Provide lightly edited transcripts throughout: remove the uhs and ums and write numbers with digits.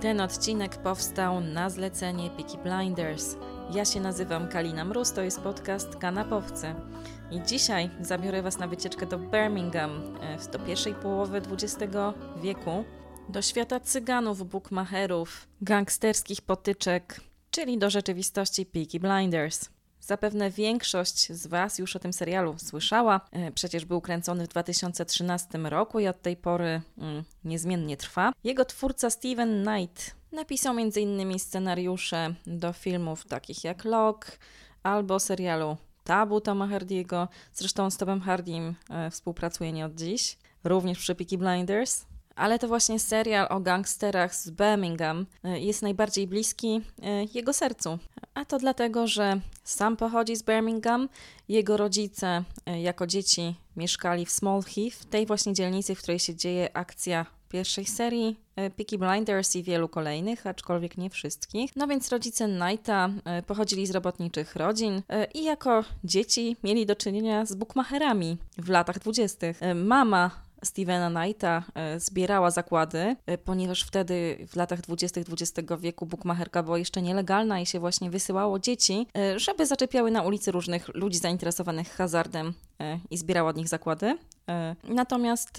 Ten odcinek powstał na zlecenie Peaky Blinders. Ja się nazywam Kalina Mróz, to jest podcast Kanapowcy. I dzisiaj zabiorę Was na wycieczkę do Birmingham, do pierwszej połowy XX wieku, do świata cyganów, bukmacherów, gangsterskich potyczek, czyli do rzeczywistości Peaky Blinders. Zapewne większość z Was już o tym serialu słyszała. Przecież był kręcony w 2013 roku i od tej pory niezmiennie trwa. Jego twórca Steven Knight napisał m.in. scenariusze do filmów takich jak Lock albo serialu Tabu Toma Hardy'ego. Zresztą z Tomem Hardym współpracuje nie od dziś, również przy Peaky Blinders. Ale to właśnie serial o gangsterach z Birmingham jest najbardziej bliski jego sercu. A to dlatego, że sam pochodzi z Birmingham. Jego rodzice jako dzieci mieszkali w Small Heath, tej właśnie dzielnicy, w której się dzieje akcja pierwszej serii Peaky Blinders i wielu kolejnych, aczkolwiek nie wszystkich. No więc rodzice Knighta pochodzili z robotniczych rodzin i jako dzieci mieli do czynienia z bukmacherami w latach 20. Mama Stevena Knighta zbierała zakłady, ponieważ wtedy w latach 20. XX wieku bukmacherka była jeszcze nielegalna i się właśnie wysyłało dzieci, żeby zaczepiały na ulicy różnych ludzi zainteresowanych hazardem i zbierała od nich zakłady. Natomiast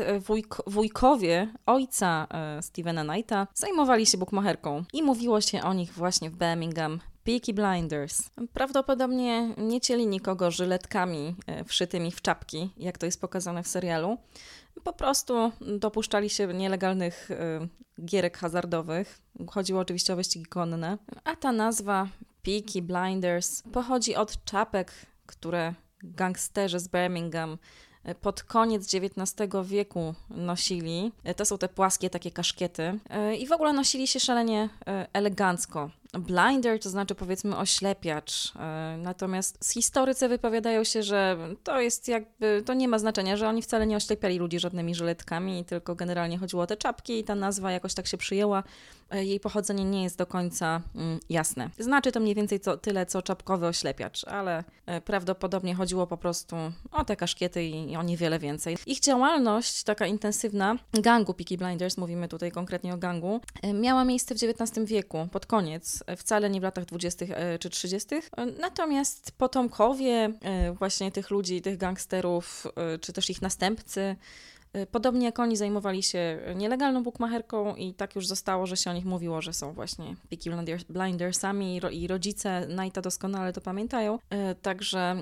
wujkowie ojca Stevena Knighta zajmowali się bukmacherką i mówiło się o nich właśnie w Birmingham Peaky Blinders. Prawdopodobnie nie cieli nikogo żyletkami wszytymi w czapki, jak to jest pokazane w serialu. Po prostu dopuszczali się nielegalnych gierek hazardowych. Chodziło oczywiście o wyścigi konne. A ta nazwa Peaky Blinders pochodzi od czapek, które gangsterzy z Birmingham pod koniec XIX wieku nosili. To są te płaskie takie kaszkiety. I w ogóle nosili się szalenie elegancko. Blinder to znaczy powiedzmy oślepiacz, natomiast historycy wypowiadają się, że to jest jakby, to nie ma znaczenia, że oni wcale nie oślepiali ludzi żadnymi żyletkami, tylko generalnie chodziło o te czapki i ta nazwa jakoś tak się przyjęła. Jej pochodzenie nie jest do końca jasne. Znaczy to mniej więcej tyle, co czapkowy oślepiacz, ale prawdopodobnie chodziło po prostu o te kaszkiety i o niewiele więcej. Ich działalność, taka intensywna, gangu Peaky Blinders, mówimy tutaj konkretnie o gangu, miała miejsce w XIX wieku, pod koniec, wcale nie w latach 20. czy 30. Natomiast potomkowie właśnie tych ludzi, tych gangsterów, czy też ich następcy, podobnie jak oni zajmowali się nielegalną bukmacherką i tak już zostało, że się o nich mówiło, że są właśnie Peaky Blindersami i rodzice Knighta doskonale to pamiętają. Także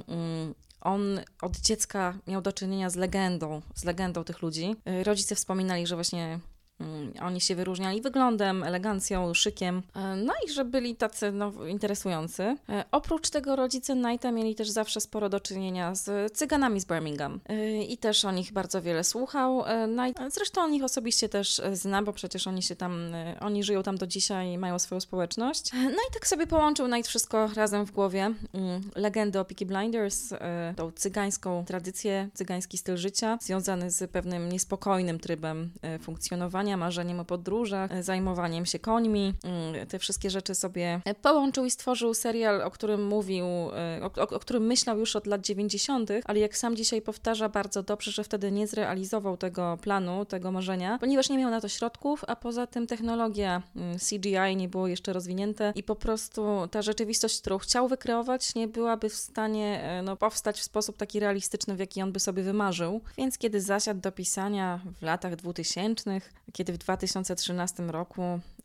on od dziecka miał do czynienia z legendą tych ludzi. Rodzice wspominali, że właśnie oni się wyróżniali wyglądem, elegancją, szykiem, no i że byli tacy interesujący. Oprócz tego rodzice Knighta mieli też zawsze sporo do czynienia z cyganami z Birmingham i też o nich bardzo wiele słuchał. Zresztą on ich osobiście też zna, bo przecież oni żyją tam do dzisiaj i mają swoją społeczność. No i tak sobie połączył Knight wszystko razem w głowie. Legendy o Peaky Blinders, tą cygańską tradycję, cygański styl życia, związany z pewnym niespokojnym trybem funkcjonowania, marzeniem o podróżach, zajmowaniem się końmi. Te wszystkie rzeczy sobie połączył i stworzył serial, o którym mówił, o którym myślał już od lat 90., ale jak sam dzisiaj powtarza bardzo dobrze, że wtedy nie zrealizował tego planu, tego marzenia, ponieważ nie miał na to środków, a poza tym technologia CGI nie było jeszcze rozwinięte i po prostu ta rzeczywistość, którą chciał wykreować, nie byłaby w stanie powstać w sposób taki realistyczny, w jaki on by sobie wymarzył. Więc kiedy zasiadł do pisania w latach 2000, kiedy w 2013 roku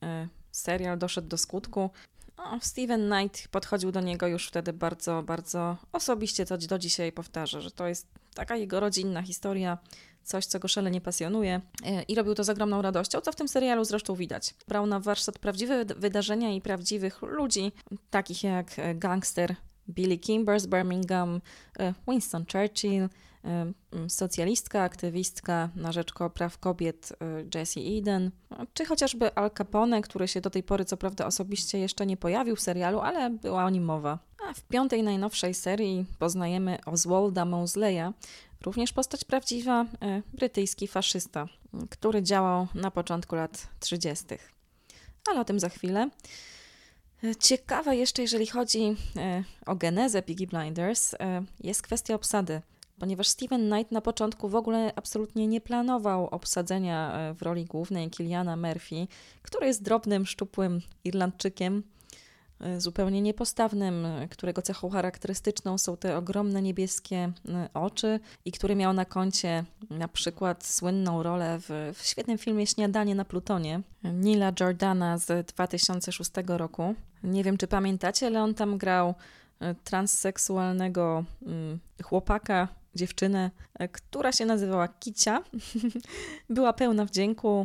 serial doszedł do skutku, Steven Knight podchodził do niego już wtedy bardzo, bardzo osobiście, co do dzisiaj powtarza, że to jest taka jego rodzinna historia, coś, co go szalenie pasjonuje i robił to z ogromną radością, co w tym serialu zresztą widać. Brał na warsztat prawdziwe wydarzenia i prawdziwych ludzi, takich jak gangster Billy Kimber z Birmingham, Winston Churchill, socjalistka, aktywistka na rzecz praw kobiet Jessie Eden, czy chociażby Al Capone, który się do tej pory co prawda osobiście jeszcze nie pojawił w serialu, ale była o nim mowa. A w 5. najnowszej serii poznajemy Oswalda Mosley'a, również postać prawdziwa, brytyjski faszysta, który działał na początku lat 30. Ale o tym za chwilę. Ciekawe jeszcze, jeżeli chodzi o genezę Peaky Blinders, jest kwestia obsady. ponieważ Steven Knight na początku w ogóle absolutnie nie planował obsadzenia w roli głównej Cillihana Murphy, który jest drobnym, szczupłym Irlandczykiem, zupełnie niepostawnym, którego cechą charakterystyczną są te ogromne niebieskie oczy i który miał na koncie na przykład słynną rolę w świetnym filmie Śniadanie na Plutonie Neila Jordana z 2006 roku. Nie wiem, czy pamiętacie, ale on tam grał transseksualnego chłopaka, dziewczynę, która się nazywała Kicia. Była pełna wdzięku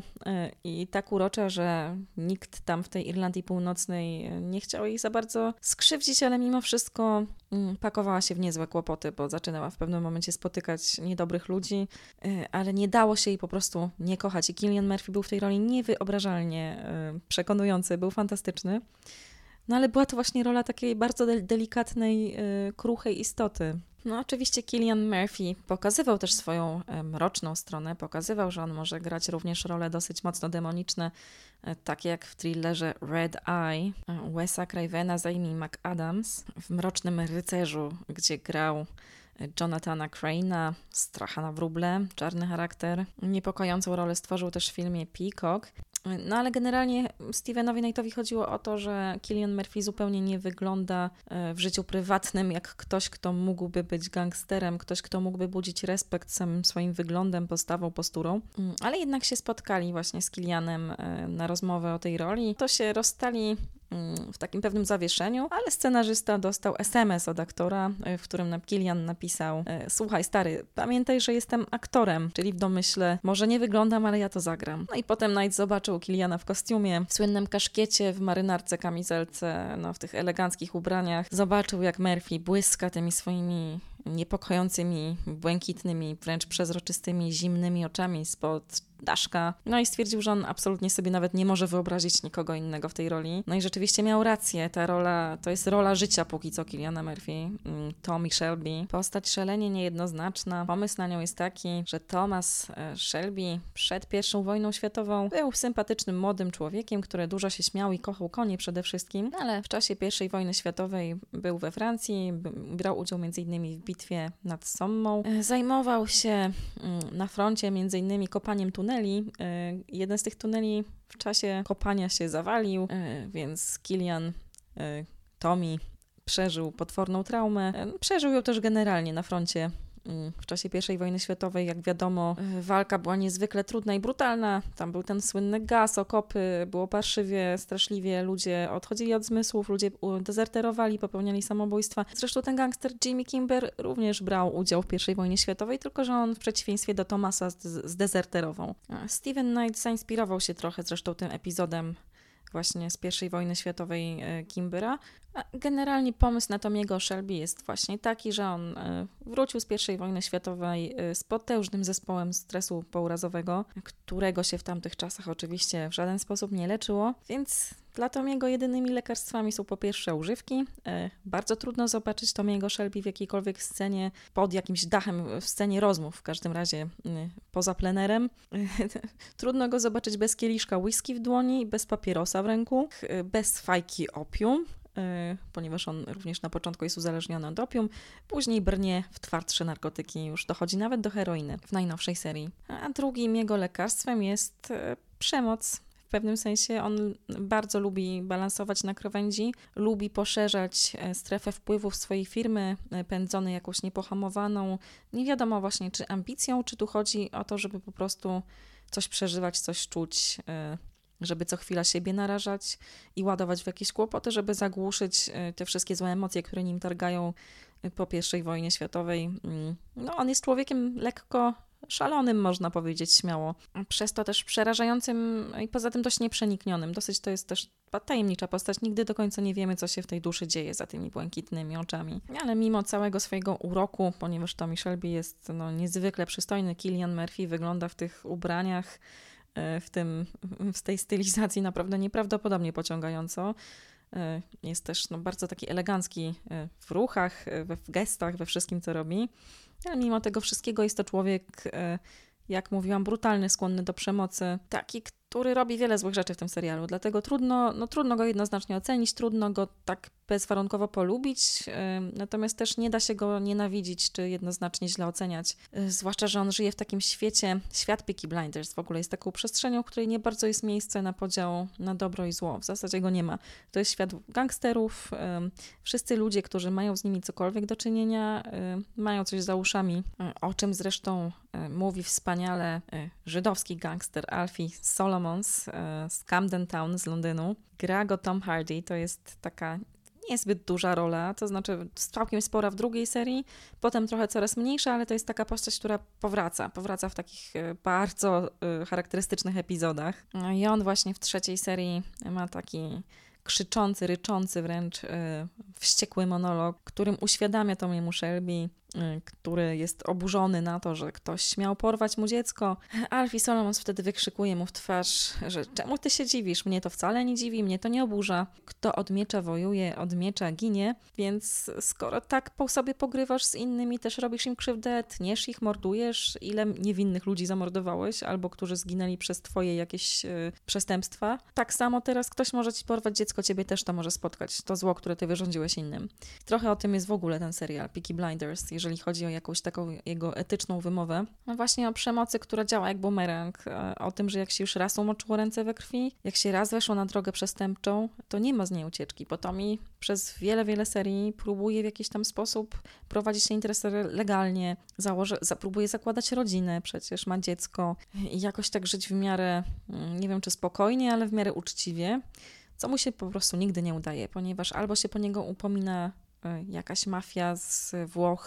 i tak urocza, że nikt tam w tej Irlandii Północnej nie chciał jej za bardzo skrzywdzić, ale mimo wszystko pakowała się w niezłe kłopoty, bo zaczynała w pewnym momencie spotykać niedobrych ludzi, ale nie dało się jej po prostu nie kochać. I Cillian Murphy był w tej roli niewyobrażalnie przekonujący, był fantastyczny. No ale była to właśnie rola takiej bardzo delikatnej, kruchej istoty. No oczywiście Cillian Murphy pokazywał też swoją mroczną stronę, pokazywał, że on może grać również role dosyć mocno demoniczne, takie jak w thrillerze Red Eye Wesa Cravena z Amy McAdams, w Mrocznym Rycerzu, gdzie grał Jonathana Crane'a, stracha na wróble, czarny charakter. Niepokojącą rolę stworzył też w filmie Peacock. No ale generalnie Stevenowi Knightowi chodziło o to, że Cillian Murphy zupełnie nie wygląda w życiu prywatnym jak ktoś, kto mógłby być gangsterem, ktoś, kto mógłby budzić respekt samym swoim wyglądem, postawą, posturą. Ale jednak się spotkali właśnie z Cillianem na rozmowę o tej roli. To się rozstali w takim pewnym zawieszeniu, ale scenarzysta dostał SMS od aktora, w którym Cillian napisał: słuchaj stary, pamiętaj, że jestem aktorem, czyli w domyśle może nie wyglądam, ale ja to zagram. No i potem Knight zobaczył Cilliana w kostiumie, w słynnym kaszkiecie, w marynarce, kamizelce, no w tych eleganckich ubraniach. Zobaczył, jak Murphy błyska tymi swoimi niepokojącymi, błękitnymi, wręcz przezroczystymi, zimnymi oczami spod daszka. No i stwierdził, że on absolutnie sobie nawet nie może wyobrazić nikogo innego w tej roli. No i rzeczywiście miał rację. Ta rola to jest rola życia póki co Cillihana Murphy. Tommy Shelby. Postać szalenie niejednoznaczna. Pomysł na nią jest taki, że Thomas Shelby przed I wojną światową był sympatycznym młodym człowiekiem, który dużo się śmiał i kochał konie przede wszystkim, ale w czasie I wojny światowej był we Francji, brał udział m.in. w bitwie nad Sommą. Zajmował się na froncie m.in. kopaniem tuneli. Jeden z tych tuneli w czasie kopania się zawalił, więc Cillian, Tommy przeżył potworną traumę. Przeżył ją też generalnie na froncie. W czasie I wojny światowej, jak wiadomo, walka była niezwykle trudna i brutalna. Tam był ten słynny gaz, okopy, było parszywie, straszliwie, ludzie odchodzili od zmysłów, ludzie dezerterowali, popełniali samobójstwa. Zresztą ten gangster Jimmy Kimber również brał udział w I wojnie światowej, tylko że on w przeciwieństwie do Thomasa zdezerterował. Steven Knight zainspirował się trochę zresztą tym epizodem właśnie z I wojny światowej Kimbera. A generalnie pomysł na Tommy'ego Shelby jest właśnie taki, że on wrócił z I wojny światowej z potężnym zespołem stresu pourazowego, którego się w tamtych czasach oczywiście w żaden sposób nie leczyło, więc dla Tommy'ego jedynymi lekarstwami są po pierwsze używki. Bardzo trudno zobaczyć Tommy'ego Shelby w jakiejkolwiek scenie, pod jakimś dachem, w scenie rozmów, w każdym razie poza plenerem. Trudno go zobaczyć bez kieliszka whisky w dłoni, bez papierosa w ręku, bez fajki opium, ponieważ on również na początku jest uzależniony od opium, później brnie w twardsze narkotyki, już dochodzi nawet do heroiny w najnowszej serii. A drugim jego lekarstwem jest przemoc. W pewnym sensie on bardzo lubi balansować na krawędzi, lubi poszerzać strefę wpływów swojej firmy, pędzony jakąś niepohamowaną, nie wiadomo właśnie czy ambicją, czy tu chodzi o to, żeby po prostu coś przeżywać, coś czuć, żeby co chwila siebie narażać i ładować w jakieś kłopoty, żeby zagłuszyć te wszystkie złe emocje, które nim targają po I wojnie światowej. No, on jest człowiekiem lekko szalonym, można powiedzieć śmiało. Przez to też przerażającym i poza tym dość nieprzeniknionym. Dosyć to jest też tajemnicza postać. Nigdy do końca nie wiemy, co się w tej duszy dzieje za tymi błękitnymi oczami. Ale mimo całego swojego uroku, ponieważ Tommy Shelby jest niezwykle przystojny, Cillian Murphy wygląda w tych ubraniach, w tej stylizacji naprawdę nieprawdopodobnie pociągająco. Jest też bardzo taki elegancki w ruchach, w gestach, we wszystkim, co robi. Ale mimo tego wszystkiego jest to człowiek, jak mówiłam, brutalny, skłonny do przemocy. Taki, który robi wiele złych rzeczy w tym serialu. Dlatego trudno go jednoznacznie ocenić, trudno go tak bezwarunkowo polubić, natomiast też nie da się go nienawidzić czy jednoznacznie źle oceniać. Zwłaszcza, że on żyje w takim świecie, świat Peaky Blinders w ogóle jest taką przestrzenią, w której nie bardzo jest miejsce na podział na dobro i zło. W zasadzie go nie ma. To jest świat gangsterów. Wszyscy ludzie, którzy mają z nimi cokolwiek do czynienia, mają coś za uszami, o czym zresztą mówi wspaniale żydowski gangster Alfie Solomons z Camden Town z Londynu. Gra go Tom Hardy, to jest taka niezbyt duża rola, to znaczy całkiem spora w drugiej serii, potem trochę coraz mniejsza, ale to jest taka postać, która powraca w takich bardzo charakterystycznych epizodach. I on właśnie w trzeciej serii ma taki krzyczący, ryczący wręcz wściekły monolog, którym uświadamia Tomiemu Shelby, który jest oburzony na to, że ktoś śmiał porwać mu dziecko. Alfie Solomons wtedy wykrzykuje mu w twarz, że czemu ty się dziwisz? Mnie to wcale nie dziwi, mnie to nie oburza. Kto od miecza wojuje, od miecza ginie, więc skoro tak po sobie pogrywasz z innymi, też robisz im krzywdę, tniesz ich, mordujesz, ile niewinnych ludzi zamordowałeś, albo którzy zginęli przez twoje jakieś przestępstwa. Tak samo teraz ktoś może ci porwać dziecko, ciebie też to może spotkać, to zło, które ty wyrządziłeś innym. Trochę o tym jest w ogóle ten serial Peaky Blinders, jeżeli chodzi o jakąś taką jego etyczną wymowę. No właśnie o przemocy, która działa jak bumerang, o tym, że jak się już raz umoczyło ręce we krwi, jak się raz weszło na drogę przestępczą, to nie ma z niej ucieczki, bo Tommy przez wiele serii próbuje w jakiś tam sposób prowadzić te interesy legalnie, próbuje zakładać rodzinę, przecież ma dziecko i jakoś tak żyć w miarę, nie wiem czy spokojnie, ale w miarę uczciwie, co mu się po prostu nigdy nie udaje, ponieważ albo się po niego upomina jakaś mafia z Włoch.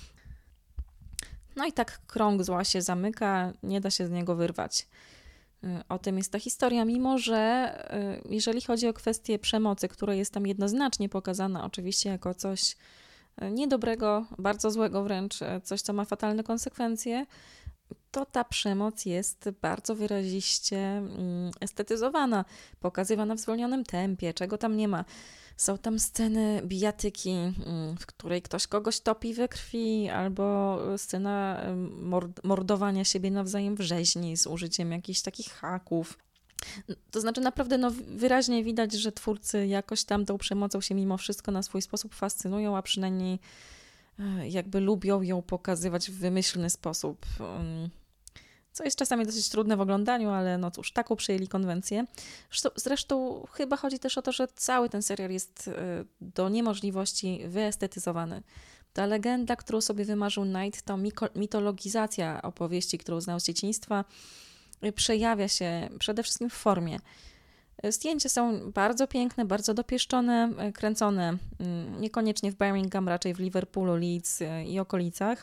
No i tak krąg zła się zamyka, nie da się z niego wyrwać. O tym jest ta historia, mimo że jeżeli chodzi o kwestię przemocy, która jest tam jednoznacznie pokazana oczywiście jako coś niedobrego, bardzo złego wręcz, coś, co ma fatalne konsekwencje, to ta przemoc jest bardzo wyraziście estetyzowana, pokazywana w zwolnionym tempie, czego tam nie ma. Są tam sceny bijatyki, w której ktoś kogoś topi we krwi, albo scena mordowania siebie nawzajem w rzeźni z użyciem jakichś takich haków. To znaczy naprawdę wyraźnie widać, że twórcy jakoś tam tą przemocą się mimo wszystko na swój sposób fascynują, a przynajmniej jakby lubią ją pokazywać w wymyślny sposób. Co jest czasami dosyć trudne w oglądaniu, ale no cóż, taką przyjęli konwencję. Zresztą chyba chodzi też o to, że cały ten serial jest do niemożliwości wyestetyzowany. Ta legenda, którą sobie wymarzył Knight, to mitologizacja opowieści, którą znał z dzieciństwa, przejawia się przede wszystkim w formie. Zdjęcia są bardzo piękne, bardzo dopieszczone, kręcone niekoniecznie w Birmingham, raczej w Liverpoolu, Leeds i okolicach.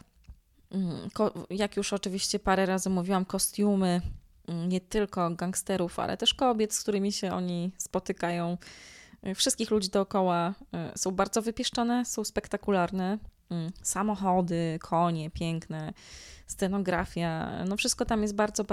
Jak już oczywiście parę razy mówiłam, kostiumy nie tylko gangsterów, ale też kobiet, z którymi się oni spotykają. Wszystkich ludzi dookoła są bardzo wypieszczone, są spektakularne. Samochody, konie piękne, scenografia, no wszystko tam jest bardzo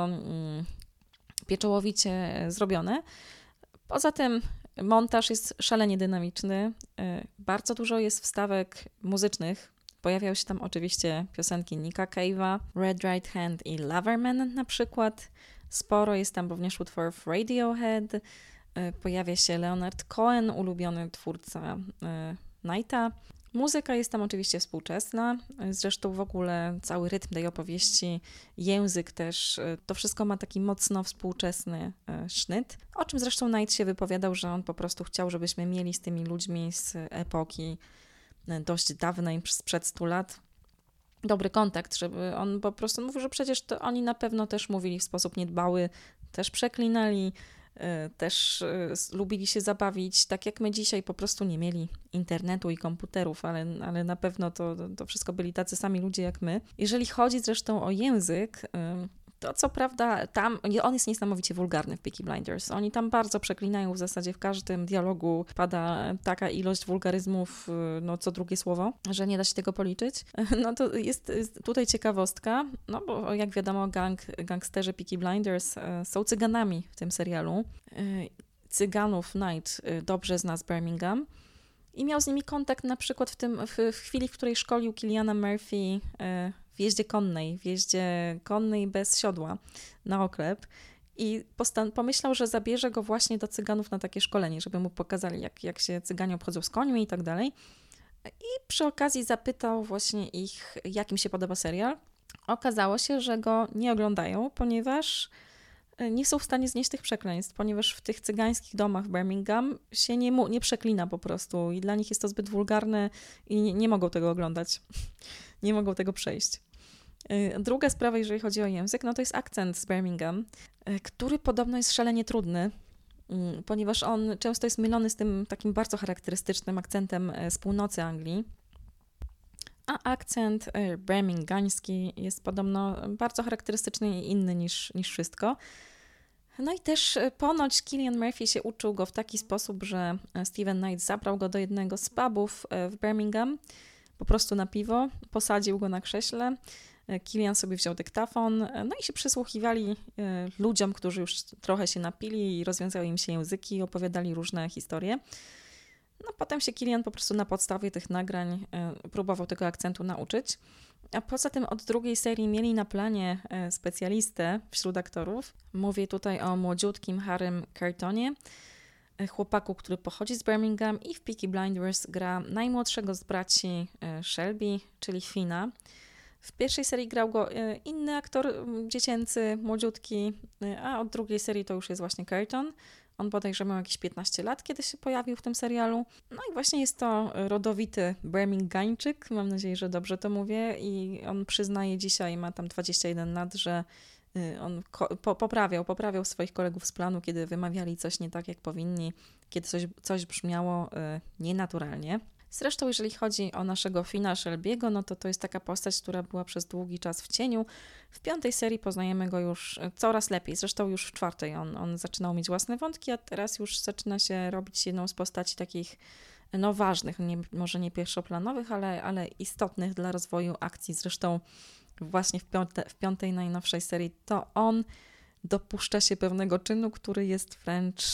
pieczołowicie zrobione. Poza tym montaż jest szalenie dynamiczny, bardzo dużo jest wstawek muzycznych. Pojawiają się tam oczywiście piosenki Nicka Cave'a, Red Right Hand i Loverman na przykład. Sporo jest tam również utworów Radiohead. Pojawia się Leonard Cohen, ulubiony twórca Knighta. Muzyka jest tam oczywiście współczesna, zresztą w ogóle cały rytm tej opowieści, język też, to wszystko ma taki mocno współczesny sznyt, o czym zresztą Knight się wypowiadał, że on po prostu chciał, żebyśmy mieli z tymi ludźmi z epoki dość dawnej, sprzed 100 lat, dobry kontakt, żeby on po prostu mówił, że przecież to oni na pewno też mówili w sposób niedbały, też przeklinali, też lubili się zabawić, tak jak my dzisiaj po prostu nie mieli internetu i komputerów, ale na pewno to wszystko byli tacy sami ludzie jak my. Jeżeli chodzi zresztą o język, to co prawda tam, on jest niesamowicie wulgarny w Peaky Blinders. Oni tam bardzo przeklinają, w zasadzie w każdym dialogu pada taka ilość wulgaryzmów, no co drugie słowo, że nie da się tego policzyć. No to jest tutaj ciekawostka, no bo jak wiadomo gangsterzy Peaky Blinders są cyganami w tym serialu. Cyganów Knight dobrze zna z Birmingham i miał z nimi kontakt na przykład w chwili, w której szkolił Kiliana Murphy w jeździe konnej bez siodła na oklep. I pomyślał, że zabierze go właśnie do Cyganów na takie szkolenie, żeby mu pokazali, jak się Cyganie obchodzą z końmi i tak dalej. I przy okazji zapytał właśnie ich, jak im się podoba serial. Okazało się, że go nie oglądają, ponieważ nie są w stanie znieść tych przekleństw, ponieważ w tych cygańskich domach w Birmingham się nie przeklina po prostu i dla nich jest to zbyt wulgarne i nie mogą tego oglądać. Nie mogą tego przejść. Druga sprawa, jeżeli chodzi o język, no to jest akcent z Birmingham, który podobno jest szalenie trudny, ponieważ on często jest mylony z tym takim bardzo charakterystycznym akcentem z północy Anglii. A akcent birminghamski jest podobno bardzo charakterystyczny i inny niż wszystko. No i też ponoć Cillian Murphy się uczył go w taki sposób, że Steven Knight zabrał go do jednego z pubów w Birmingham, po prostu na piwo, posadził go na krześle, Cillian sobie wziął dyktafon, no i się przysłuchiwali ludziom, którzy już trochę się napili i rozwiązały im się języki, opowiadali różne historie. No potem się Cillian po prostu na podstawie tych nagrań próbował tego akcentu nauczyć. A poza tym od drugiej serii mieli na planie specjalistę wśród aktorów. Mówię tutaj o młodziutkim Harrym Curtonie, chłopaku, który pochodzi z Birmingham i w Peaky Blinders gra najmłodszego z braci Shelby, czyli Fina. W pierwszej serii grał go inny aktor dziecięcy, młodziutki, a od drugiej serii to już jest właśnie Curton. On bodajże miał jakieś 15 lat, kiedy się pojawił w tym serialu. No i właśnie jest to rodowity Birminghamczyk, mam nadzieję, że dobrze to mówię, i on przyznaje dzisiaj, ma tam 21 lat, że on poprawiał swoich kolegów z planu, kiedy wymawiali coś nie tak, jak powinni, kiedy coś brzmiało nienaturalnie. Zresztą jeżeli chodzi o naszego Fina Shelby'ego, no to jest taka postać, która była przez długi czas w cieniu. W 5. serii poznajemy go już coraz lepiej, zresztą już w 4. On zaczynał mieć własne wątki, a teraz już zaczyna się robić jedną z postaci takich ważnych, może nie pierwszoplanowych, ale istotnych dla rozwoju akcji. Zresztą właśnie w 5. najnowszej serii to on dopuszcza się pewnego czynu, który jest wręcz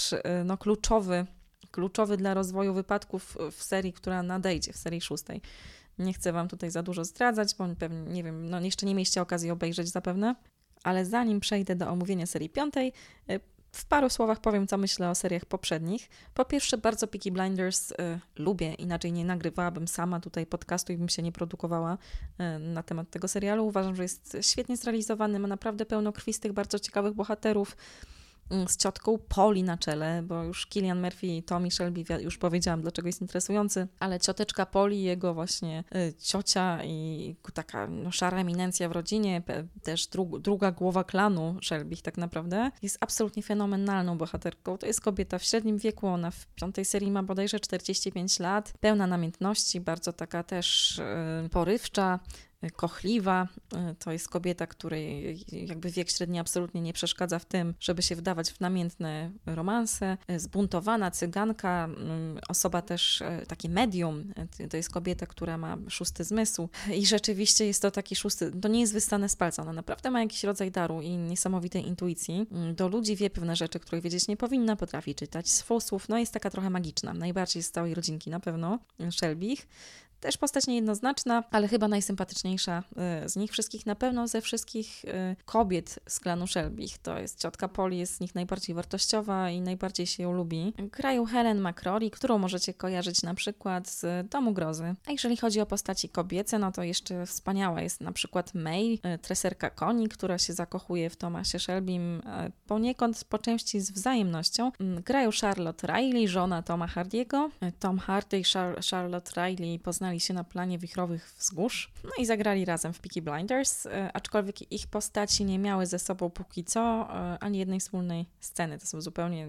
kluczowy dla rozwoju wypadków w serii, która nadejdzie, w serii 6. Nie chcę wam tutaj za dużo zdradzać, bo pewnie, nie wiem, jeszcze nie mieliście okazji obejrzeć zapewne, ale zanim przejdę do omówienia serii 5, w paru słowach powiem, co myślę o seriach poprzednich. Po pierwsze, bardzo Peaky Blinders lubię, inaczej nie nagrywałabym sama tutaj podcastu i bym się nie produkowała na temat tego serialu. Uważam, że jest świetnie zrealizowany, ma naprawdę pełno krwistych, bardzo ciekawych bohaterów, z ciotką Polly na czele, bo już Cillian Murphy i Tommy Shelby, już powiedziałam, dlaczego jest interesujący, ale cioteczka Polly, jego właśnie ciocia i taka szara eminencja w rodzinie, też druga głowa klanu Shelby tak naprawdę, jest absolutnie fenomenalną bohaterką. To jest kobieta w średnim wieku, ona w 5. serii ma bodajże 45 lat, pełna namiętności, bardzo taka też porywcza, kochliwa. To jest kobieta, której jakby wiek średni absolutnie nie przeszkadza w tym, żeby się wdawać w namiętne romanse. Zbuntowana cyganka, osoba też, takie medium, to jest kobieta, która ma 6. zmysł i rzeczywiście jest to taki 6, to nie jest wyssane z palca, ona naprawdę ma jakiś rodzaj daru i niesamowitej intuicji. Do ludzi wie pewne rzeczy, których wiedzieć nie powinna, potrafi czytać z fusów, jest taka trochę magiczna, najbardziej z całej rodzinki na pewno, Shelby'ich. Też postać niejednoznaczna, ale chyba najsympatyczniejsza z nich wszystkich, na pewno ze wszystkich kobiet z klanu Shelby'ich. To jest ciotka Polly, jest z nich najbardziej wartościowa i najbardziej się ją lubi. Grają Helen McCrory, którą możecie kojarzyć na przykład z Domu Grozy. A jeżeli chodzi o postaci kobiece, no to jeszcze wspaniała jest na przykład May, treserka koni, która się zakochuje w Thomasie Shelbym, poniekąd po części z wzajemnością. Grają Charlotte Riley, żona Toma Hardy'ego. Tom Hardy i Charlotte Riley poznali się na planie Wichrowych Wzgórz, no i zagrali razem w Peaky Blinders, aczkolwiek ich postaci nie miały ze sobą póki co ani jednej wspólnej sceny. To są zupełnie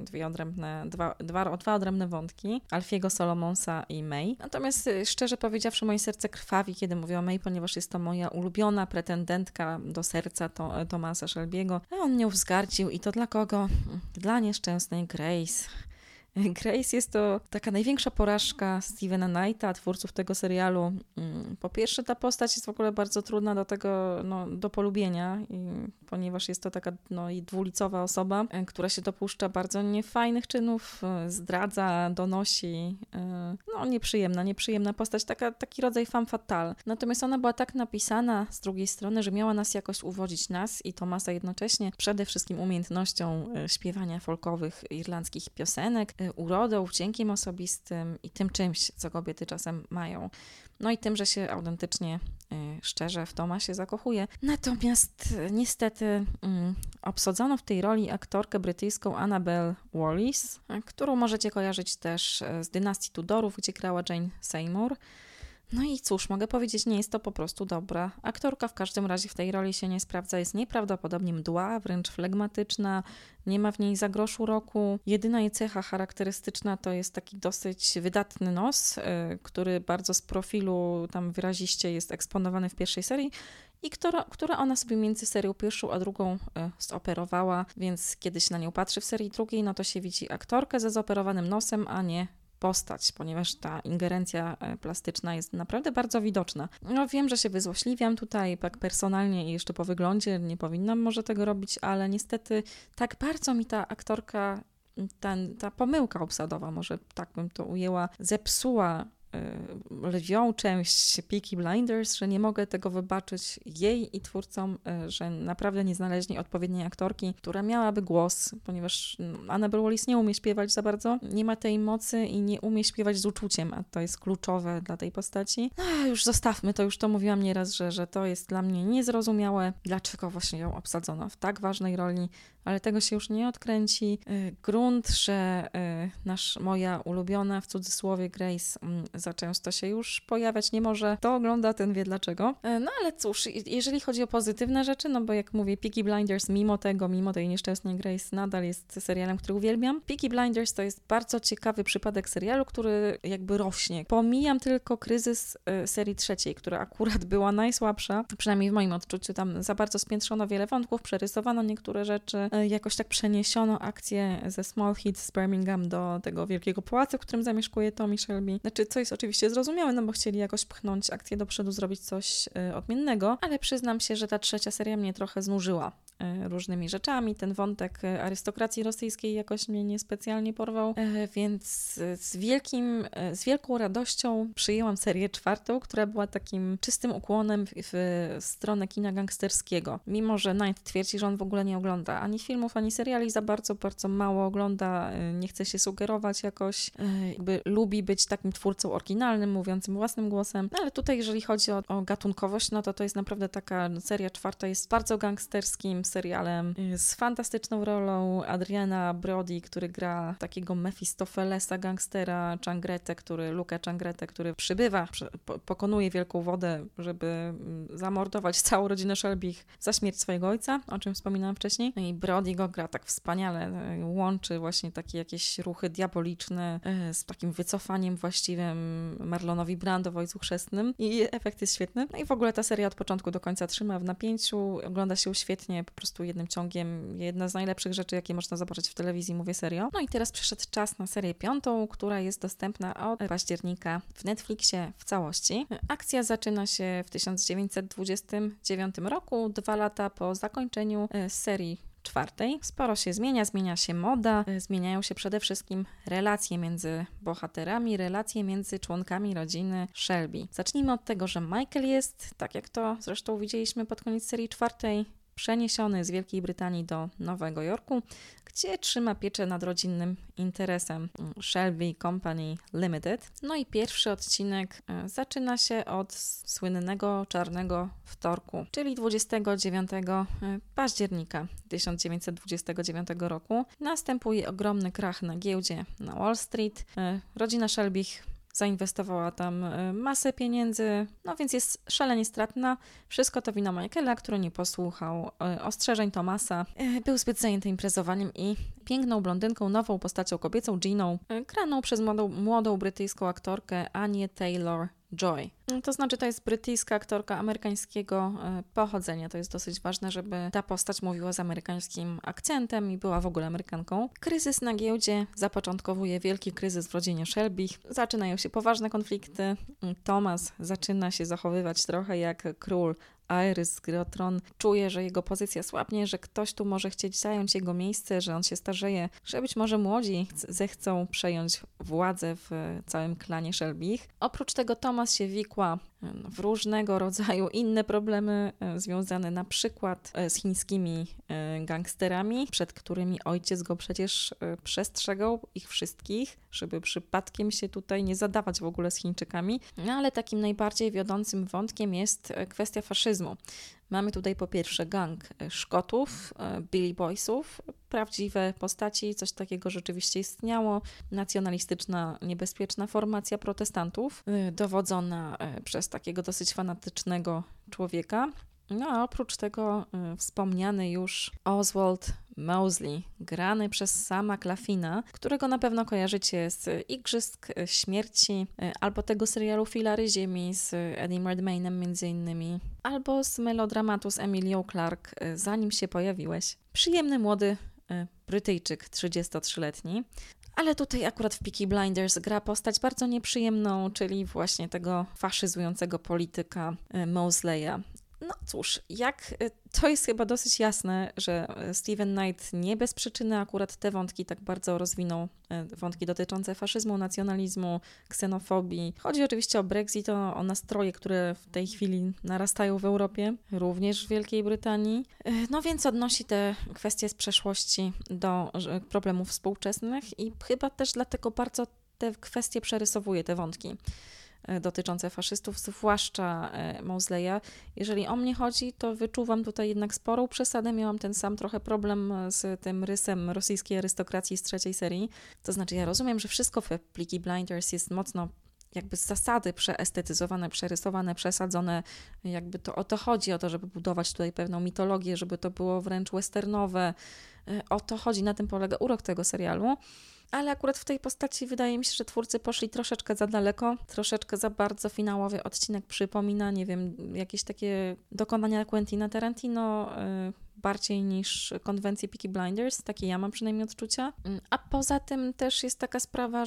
dwa odrębne wątki, Alfiego Solomonsa i May. Natomiast szczerze powiedziawszy, moje serce krwawi, kiedy mówię o May, ponieważ jest to moja ulubiona pretendentka do serca Thomasa Shelby'ego. A on nią wzgardził i to dla kogo? Dla nieszczęsnej Grace. Grace jest to taka największa porażka Stevena Knighta, twórców tego serialu. Po pierwsze, ta postać jest w ogóle bardzo trudna do polubienia, ponieważ jest to taka i dwulicowa osoba, która się dopuszcza bardzo niefajnych czynów, zdradza, donosi. Nieprzyjemna postać, taki rodzaj femme fatale. Natomiast ona była tak napisana z drugiej strony, że miała nas jakoś uwodzić nas i Thomasa jednocześnie, przede wszystkim umiejętnością śpiewania folkowych irlandzkich piosenek, urodą, wdziękiem osobistym i tym czymś, co kobiety czasem mają. No i tym, że się autentycznie, szczerze w Thomasie zakochuje. Natomiast niestety obsadzono w tej roli aktorkę brytyjską Annabelle Wallis, którą możecie kojarzyć też z dynastii Tudorów, gdzie grała Jane Seymour. No i cóż, mogę powiedzieć, nie jest to po prostu dobra aktorka, w każdym razie w tej roli się nie sprawdza, jest nieprawdopodobnie mdła, wręcz flegmatyczna, nie ma w niej za groszu roku. Jedyna jej cecha charakterystyczna to jest taki dosyć wydatny nos, który bardzo z profilu tam wyraziście jest eksponowany w pierwszej serii i która ona sobie między serią pierwszą a drugą zoperowała, więc kiedy się na nią patrzy w serii drugiej, no to się widzi aktorkę ze zoperowanym nosem, a nie postać, ponieważ ta ingerencja plastyczna jest naprawdę bardzo widoczna. No wiem, że się wyzłośliwiam tutaj tak personalnie i jeszcze po wyglądzie nie powinnam może tego robić, ale niestety tak bardzo mi ta aktorka, ta pomyłka obsadowa, może tak bym to ujęła, zepsuła lwią część Peaky Blinders, że nie mogę tego wybaczyć jej i twórcom, że naprawdę nie znaleźli odpowiedniej aktorki, która miałaby głos, ponieważ Annabelle Wallis nie umie śpiewać za bardzo, nie ma tej mocy i nie umie śpiewać z uczuciem, a to jest kluczowe dla tej postaci. No już zostawmy to, już to mówiłam nieraz, że to jest dla mnie niezrozumiałe, dlaczego właśnie ją obsadzono w tak ważnej roli, ale tego się już nie odkręci. Grunt, że moja ulubiona w cudzysłowie Grace za często się już pojawiać nie może, to ogląda, ten wie dlaczego. No ale cóż, jeżeli chodzi o pozytywne rzeczy, no bo jak mówię, Peaky Blinders mimo tej nieszczęsnej Grace nadal jest serialem, który uwielbiam. Peaky Blinders to jest bardzo ciekawy przypadek serialu, który jakby rośnie. Pomijam tylko kryzys serii trzeciej, która akurat była najsłabsza, przynajmniej w moim odczuciu. Tam za bardzo spiętrzono wiele wątków, przerysowano niektóre rzeczy, jakoś tak przeniesiono akcję ze Small Heath z Birmingham do tego wielkiego pałacu, w którym zamieszkuje Tommy Shelby. Znaczy, co jest oczywiście zrozumiałe, no bo chcieli jakoś pchnąć akcję do przodu, zrobić coś odmiennego, ale przyznam się, że ta trzecia seria mnie trochę znużyła różnymi rzeczami. Ten wątek arystokracji rosyjskiej jakoś mnie niespecjalnie porwał, więc z wielką radością przyjęłam serię czwartą, która była takim czystym ukłonem w stronę kina gangsterskiego. Mimo że Knight twierdzi, że on w ogóle nie ogląda ani filmów, ani seriali, za bardzo, bardzo mało ogląda, nie chce się sugerować jakoś, jakby lubi być takim twórcą oryginalnym, mówiącym własnym głosem. No, ale tutaj, jeżeli chodzi o gatunkowość, no to jest naprawdę taka, seria czwarta jest bardzo gangsterskim serialem, z fantastyczną rolą Adriana Brody, który gra takiego Mefistofelesa gangstera, Luca Changretę, który przybywa, pokonuje wielką wodę, żeby zamordować całą rodzinę Shelby za śmierć swojego ojca, o czym wspominałam wcześniej. No i Brody go gra tak wspaniale, łączy właśnie takie jakieś ruchy diaboliczne z takim wycofaniem właściwym Marlonowi Brando w Ojcu Chrzestnym i efekt jest świetny. No i w ogóle ta seria od początku do końca trzyma w napięciu, ogląda się świetnie, po prostu jednym ciągiem. Jedna z najlepszych rzeczy, jakie można zobaczyć w telewizji, mówię serio. No i teraz przyszedł czas na serię piątą, która jest dostępna od października w Netflixie w całości. Akcja zaczyna się w 1929 roku, 2 lata po zakończeniu serii czwartej. Sporo się zmienia się moda, zmieniają się przede wszystkim relacje między bohaterami, relacje między członkami rodziny Shelby. Zacznijmy od tego, że Michael jest, tak jak to zresztą widzieliśmy pod koniec serii czwartej, przeniesiony z Wielkiej Brytanii do Nowego Jorku, gdzie trzyma pieczę nad rodzinnym interesem Shelby Company Limited. No i pierwszy odcinek zaczyna się od słynnego czarnego wtorku, czyli 29 października 1929 roku. Następuje ogromny krach na giełdzie na Wall Street. Rodzina Shelby zainwestowała tam masę pieniędzy, no więc jest szalenie stratna. Wszystko to wina Michaela, który nie posłuchał ostrzeżeń Thomasa. Był zbyt zajęty imprezowaniem i piękną blondynką, nową postacią kobiecą, Giną, graną przez młodą brytyjską aktorkę Anię Taylor-Joy. To znaczy, to jest brytyjska aktorka amerykańskiego pochodzenia. To jest dosyć ważne, żeby ta postać mówiła z amerykańskim akcentem i była w ogóle Amerykanką. Kryzys na giełdzie zapoczątkowuje wielki kryzys w rodzinie Shelby. Zaczynają się poważne konflikty. Thomas zaczyna się zachowywać trochę jak król Aerys z Gry o Tron. Czuje, że jego pozycja słabnie, że ktoś tu może chcieć zająć jego miejsce, że on się starzeje, że być może młodzi zechcą przejąć władzę w całym klanie Shelby'ich. Oprócz tego Thomas się wikła w różnego rodzaju inne problemy związane na przykład z chińskimi gangsterami, przed którymi ojciec go przecież przestrzegał ich wszystkich, żeby przypadkiem się tutaj nie zadawać w ogóle z Chińczykami. No ale takim najbardziej wiodącym wątkiem jest kwestia faszyzmu. Mamy tutaj po pierwsze gang Szkotów, Billy Boysów, prawdziwe postaci, coś takiego rzeczywiście istniało, nacjonalistyczna, niebezpieczna formacja protestantów, dowodzona przez takiego dosyć fanatycznego człowieka. No a oprócz tego wspomniany już Oswald Mosley, grany przez Sama Claflina, którego na pewno kojarzycie z Igrzysk Śmierci, albo tego serialu Filary Ziemi z Eddie Redmaynem między innymi, albo z melodramatu z Emilią Clarke, Zanim się pojawiłeś. Przyjemny młody Brytyjczyk, 33-letni. Ale tutaj akurat w Peaky Blinders gra postać bardzo nieprzyjemną, czyli właśnie tego faszyzującego polityka Mosleya. No cóż, to jest chyba dosyć jasne, że Steven Knight nie bez przyczyny akurat te wątki tak bardzo rozwinął, wątki dotyczące faszyzmu, nacjonalizmu, ksenofobii. Chodzi oczywiście o Brexit, o nastroje, które w tej chwili narastają w Europie, również w Wielkiej Brytanii. No więc odnosi te kwestie z przeszłości do problemów współczesnych i chyba też dlatego bardzo te kwestie przerysowuje, te wątki dotyczące faszystów, zwłaszcza Mosleya. Jeżeli o mnie chodzi, to wyczuwam tutaj jednak sporą przesadę. Miałam ten sam trochę problem z tym rysem rosyjskiej arystokracji z trzeciej serii. To znaczy ja rozumiem, że wszystko w Peaky Blinders jest mocno jakby z zasady przeestetyzowane, przerysowane, przesadzone. Jakby to o to chodzi, o to, żeby budować tutaj pewną mitologię, żeby to było wręcz westernowe. O to chodzi, na tym polega urok tego serialu. Ale akurat w tej postaci wydaje mi się, że twórcy poszli troszeczkę za daleko, troszeczkę za bardzo finałowy odcinek przypomina, nie wiem, jakieś takie dokonania Quentina Tarantino, bardziej niż konwencje Peaky Blinders, takie ja mam przynajmniej odczucia. A poza tym też jest taka sprawa,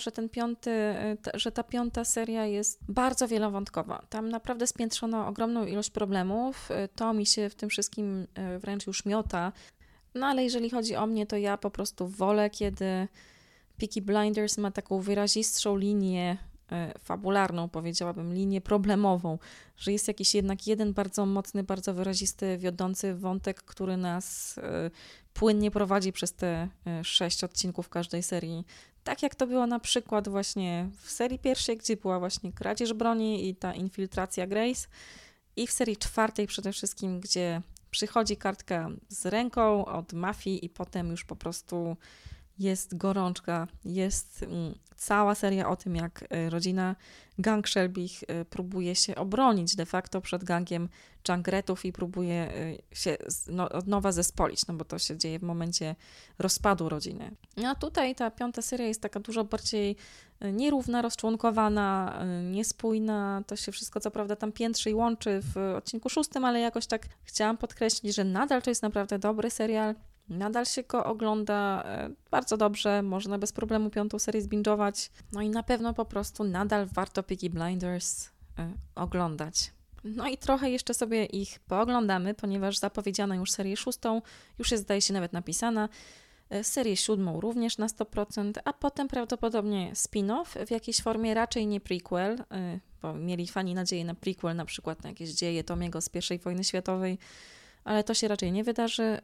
że ta piąta seria jest bardzo wielowątkowa. Tam naprawdę spiętrzono ogromną ilość problemów, to mi się w tym wszystkim wręcz już miota. No ale jeżeli chodzi o mnie, to ja po prostu wolę, kiedy Peaky Blinders ma taką wyrazistszą linię fabularną, powiedziałabym, linię problemową, że jest jakiś jednak jeden bardzo mocny, bardzo wyrazisty, wiodący wątek, który nas płynnie prowadzi przez te 6 odcinków każdej serii. Tak jak to było na przykład właśnie w serii pierwszej, gdzie była właśnie kradzież broni i ta infiltracja Grace, i w serii czwartej przede wszystkim, gdzie przychodzi kartka z ręką od mafii i potem już po prostu jest gorączka, jest cała seria o tym, jak rodzina gang Shelby'ich próbuje się obronić de facto przed gangiem Jungretów i próbuje się od nowa zespolić, no bo to się dzieje w momencie rozpadu rodziny. A tutaj ta piąta seria jest taka dużo bardziej nierówna, rozczłonkowana, niespójna. To się wszystko co prawda tam piętrzy i łączy w odcinku 6, ale jakoś tak chciałam podkreślić, że nadal to jest naprawdę dobry serial. Nadal się go ogląda bardzo dobrze, można bez problemu piątą serię zbingować. No i na pewno po prostu nadal warto Peaky Blinders oglądać. No i trochę jeszcze sobie ich pooglądamy, ponieważ zapowiedziano już serię 6, już jest zdaje się nawet napisana, serię 7 również na 100%, a potem prawdopodobnie spin-off w jakiejś formie, raczej nie prequel, bo mieli fani nadzieję na prequel, na przykład na jakieś dzieje Tomiego z I wojny światowej, ale to się raczej nie wydarzy.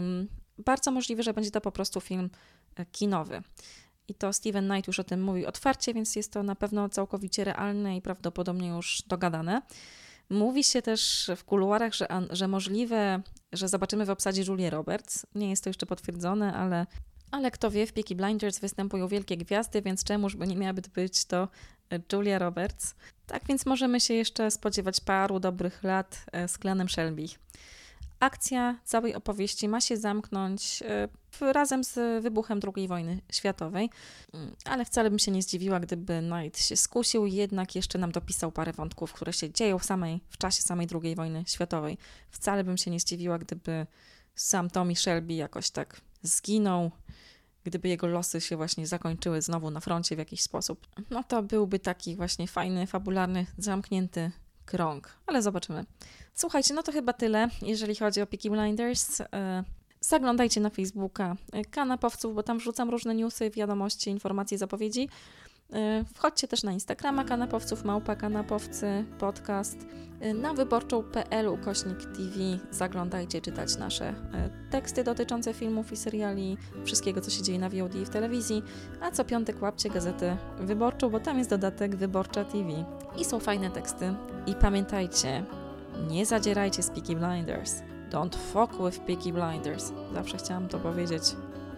Bardzo możliwe, że będzie to po prostu film kinowy. I to Steven Knight już o tym mówił otwarcie, więc jest to na pewno całkowicie realne i prawdopodobnie już dogadane. Mówi się też w kuluarach, że możliwe, że zobaczymy w obsadzie Julię Roberts. Nie jest to jeszcze potwierdzone, ale kto wie, w Peaky Blinders występują wielkie gwiazdy, więc czemuż by nie miałaby być to Julia Roberts. Tak więc możemy się jeszcze spodziewać paru dobrych lat z klanem Shelby. akcja całej opowieści ma się zamknąć razem z wybuchem II wojny światowej, ale wcale bym się nie zdziwiła, gdyby Knight się skusił, jednak jeszcze nam dopisał parę wątków, które się dzieją w czasie samej II wojny światowej. Wcale bym się nie zdziwiła, gdyby sam Tommy Shelby jakoś tak zginął, gdyby jego losy się właśnie zakończyły znowu na froncie w jakiś sposób. No to byłby taki właśnie fajny, fabularny, zamknięty krąg, ale zobaczymy. Słuchajcie, no to chyba tyle, jeżeli chodzi o Peaky Blinders. Zaglądajcie na Facebooka Kanapowców, bo tam wrzucam różne newsy, wiadomości, informacje, zapowiedzi. Wchodźcie też na Instagrama Kanapowców, @Kanapowcy, podcast, na wyborczą.pl/TV. Zaglądajcie czytać nasze teksty dotyczące filmów i seriali, wszystkiego, co się dzieje na VOD i w telewizji, a co piątek łapcie gazetę Wyborczą, bo tam jest dodatek Wyborcza TV i są fajne teksty. I pamiętajcie, nie zadzierajcie z Peaky Blinders. Don't fuck with Peaky Blinders. Zawsze chciałam to powiedzieć.